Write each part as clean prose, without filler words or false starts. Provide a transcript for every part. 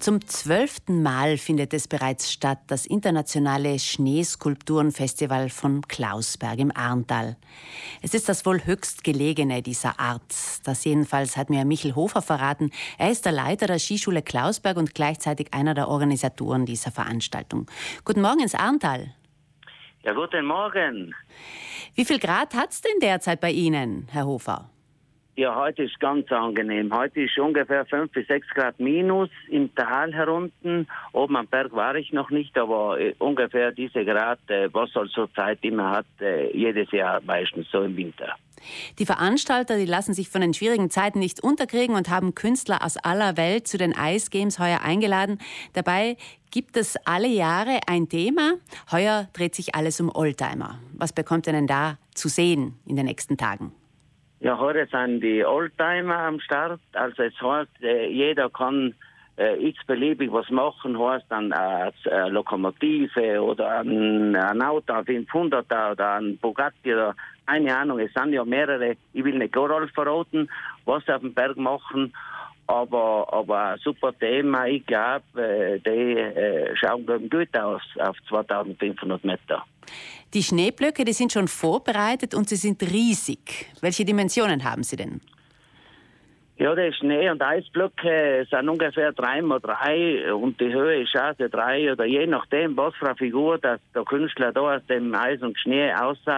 Zum 12. Mal findet es bereits statt, das internationale Schneeskulpturenfestival von Klausberg im Arntal. Es ist das wohl höchstgelegene dieser Art. Das jedenfalls hat mir Michel Hofer verraten. Er ist der Leiter der Skischule Klausberg und gleichzeitig einer der Organisatoren dieser Veranstaltung. Guten Morgen ins Arntal. Ja, guten Morgen. Wie viel Grad hat es denn derzeit bei Ihnen, Herr Hofer? Ja, heute ist ganz angenehm. Heute ist ungefähr 5 bis 6 Grad minus im Tal herunten. Oben am Berg war ich noch nicht, aber ungefähr diese Grad, was er zurzeit immer hat, jedes Jahr meistens so im Winter. Die Veranstalter, die lassen sich von den schwierigen Zeiten nicht unterkriegen und haben Künstler aus aller Welt zu den Ice Games heuer eingeladen. Dabei gibt es alle Jahre ein Thema. Heuer dreht sich alles um Oldtimer. Was bekommt ihr denn da zu sehen in den nächsten Tagen? Ja, heute sind die Oldtimer am Start. Also es heißt, jeder kann x-beliebig was machen. Heißt dann eine Lokomotive oder ein Auto, ein 500er oder ein Bugatti oder keine Ahnung. Es sind ja mehrere. Ich will nicht gar verraten, was sie auf dem Berg machen. Aber ein super Thema. Ich glaube, die schauen gut aus auf 2500 Meter. Die Schneeblöcke, die sind schon vorbereitet und sie sind riesig. Welche Dimensionen haben sie denn? Ja, die Schnee- und Eisblöcke sind ungefähr 3x3 und die Höhe ist auch so 3 oder je nachdem, was für eine Figur dass der Künstler da aus dem Eis und Schnee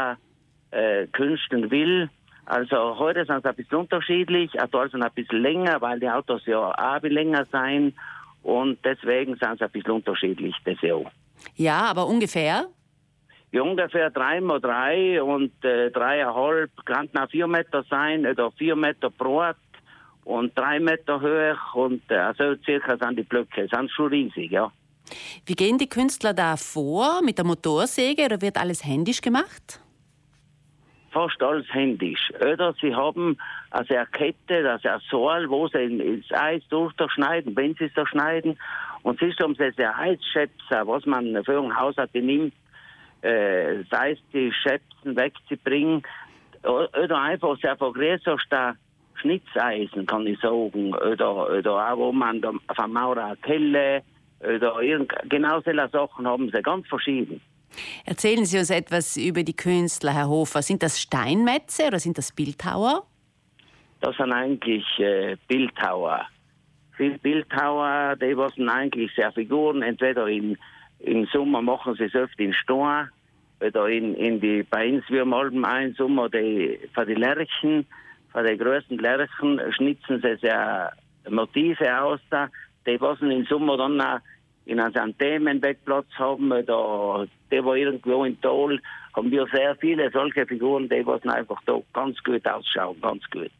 künsteln will. Also heute sind sie ein bisschen unterschiedlich, also ein bisschen länger, weil die Autos ja auch länger sein und deswegen sind sie ein bisschen unterschiedlich das Jahr. Ja, aber ungefähr? Ja, ungefähr 3x3 und 3,5 kann auch 4 Meter sein oder 4 Meter breit und 3 Meter hoch und so circa sind die Blöcke, sind schon riesig, ja. Wie gehen die Künstler da vor? Mit der Motorsäge oder wird alles händisch gemacht? Fast alles händisch. Oder sie haben also eine Kette, also ein Seil, wo sie ins Eis durchschneiden, wenn sie es durchschneiden. Und sonst haben sie eine Eisschäpse, was man für ein Haus hat, die nimmt, das Eis, die Schäpsen wegzubringen. Oder einfach größerste Schnitzeisen, kann ich sagen. Oder auch, wo man auf der Mauer eine Kelle oder genau solche Sachen haben sie, ganz verschieden. Erzählen Sie uns etwas über die Künstler, Herr Hofer. Sind das Steinmetze oder sind das Bildhauer? Das sind eigentlich Bildhauer. Viele Bildhauer, die sind eigentlich sehr Figuren. Entweder im Sommer machen sie es öfter in Stein oder bei uns wie im einen Sommer für die Lerchen, für die größten Lerchen schnitzen sie sehr Motive aus. Die müssen im Sommer dann auch in einem Themenwegplatz haben oder die irgendwo im Tal haben wir sehr viele solche Figuren, die einfach da ganz gut ausschauen, ganz gut.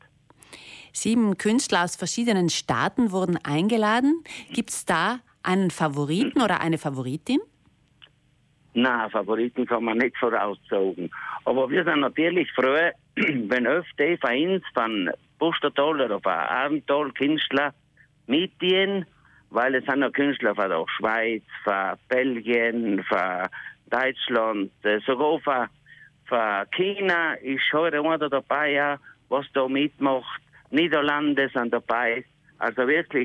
7 Künstler aus verschiedenen Staaten wurden eingeladen. Gibt es da einen Favoriten oder eine Favoritin? Nein, Favoriten kann man nicht voraussagen. Aber wir sind natürlich froh, wenn öfter von uns, von Pustertal oder von Arntal Künstler mitgehen, weil es sind ja Künstler von der Schweiz, von Belgien, von Deutschland, sogar von China ist heute einer dabei, ja, was da mitmacht. Niederlande sind dabei, also wirklich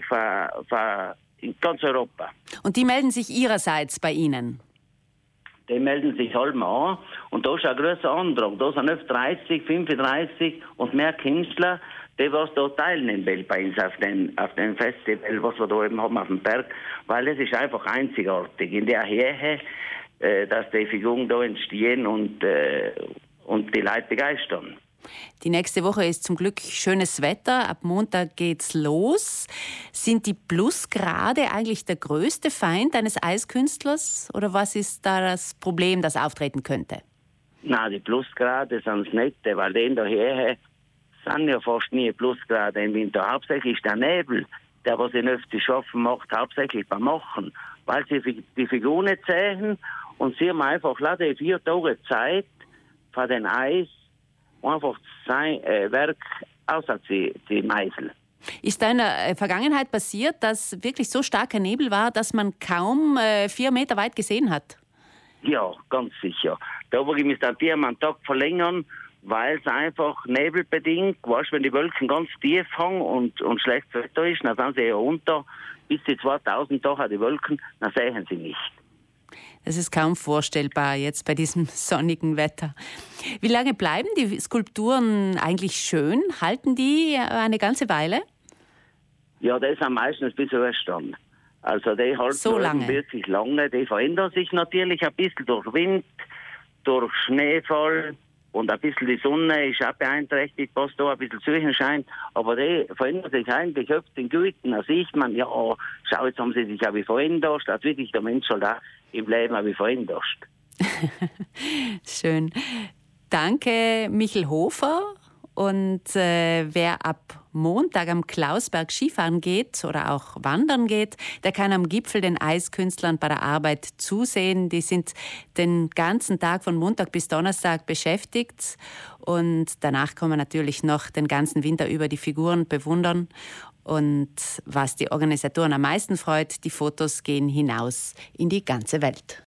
in ganz Europa. Und die melden sich ihrerseits bei Ihnen? Die melden sich alle mal an und da ist ein grosser Andrang. Da sind oft 30, 35 und mehr Künstler, die was da teilnehmen will bei uns auf dem Festival, was wir da eben haben auf dem Berg, weil es ist einfach einzigartig in der Höhe, dass die Figuren da entstehen und die Leute begeistern. Die nächste Woche ist zum Glück schönes Wetter. Ab Montag geht's los. Sind die Plusgrade eigentlich der größte Feind eines Eiskünstlers? Oder was ist da das Problem, das auftreten könnte? Nein, die Plusgrade sind das Nette, weil in der Höhe sind ja fast nie Plusgrade im Winter. Hauptsächlich ist der Nebel, der was ihn öfter schaffen macht, hauptsächlich beim Machen. Weil sie die Figuren nicht sehen und sie haben einfach die 4 Tage Zeit für den Eis, einfach sein Werk außer die Meißel. Ist da in der Vergangenheit passiert, dass wirklich so starker Nebel war, dass man kaum 4 Meter weit gesehen hat? Ja, ganz sicher. Da müssen wir einen Tag verlängern, weil es einfach nebelbedingt, weißt, wenn die Wolken ganz tief hängen und schlechtes Wetter ist, dann sind sie ja unter. bis sie 2000 Tage die Wolken, dann sehen sie nicht. Das ist kaum vorstellbar jetzt bei diesem sonnigen Wetter. Wie lange bleiben die Skulpturen eigentlich schön? Halten die eine ganze Weile? Ja, das sind meistens bis Ostern. Also die halten so lange. Wirklich lange. Die verändern sich natürlich ein bisschen durch Wind, durch Schneefall und ein bisschen die Sonne ist auch beeinträchtigt, was da ein bisschen Sonnenschein. Aber die verändern sich eigentlich oft in Guten. Da sieht man, ja, schau, jetzt haben sie sich auch wie verändert. Das wirklich der Mensch halt auch im Leben auch wie verändert. Schön. Danke, Michel Hofer. Und wer ab Montag am Klausberg Skifahren geht oder auch wandern geht, der kann am Gipfel den Eiskünstlern bei der Arbeit zusehen. Die sind den ganzen Tag von Montag bis Donnerstag beschäftigt. Und danach kann man natürlich noch den ganzen Winter über die Figuren bewundern. Und was die Organisatoren am meisten freut, die Fotos gehen hinaus in die ganze Welt.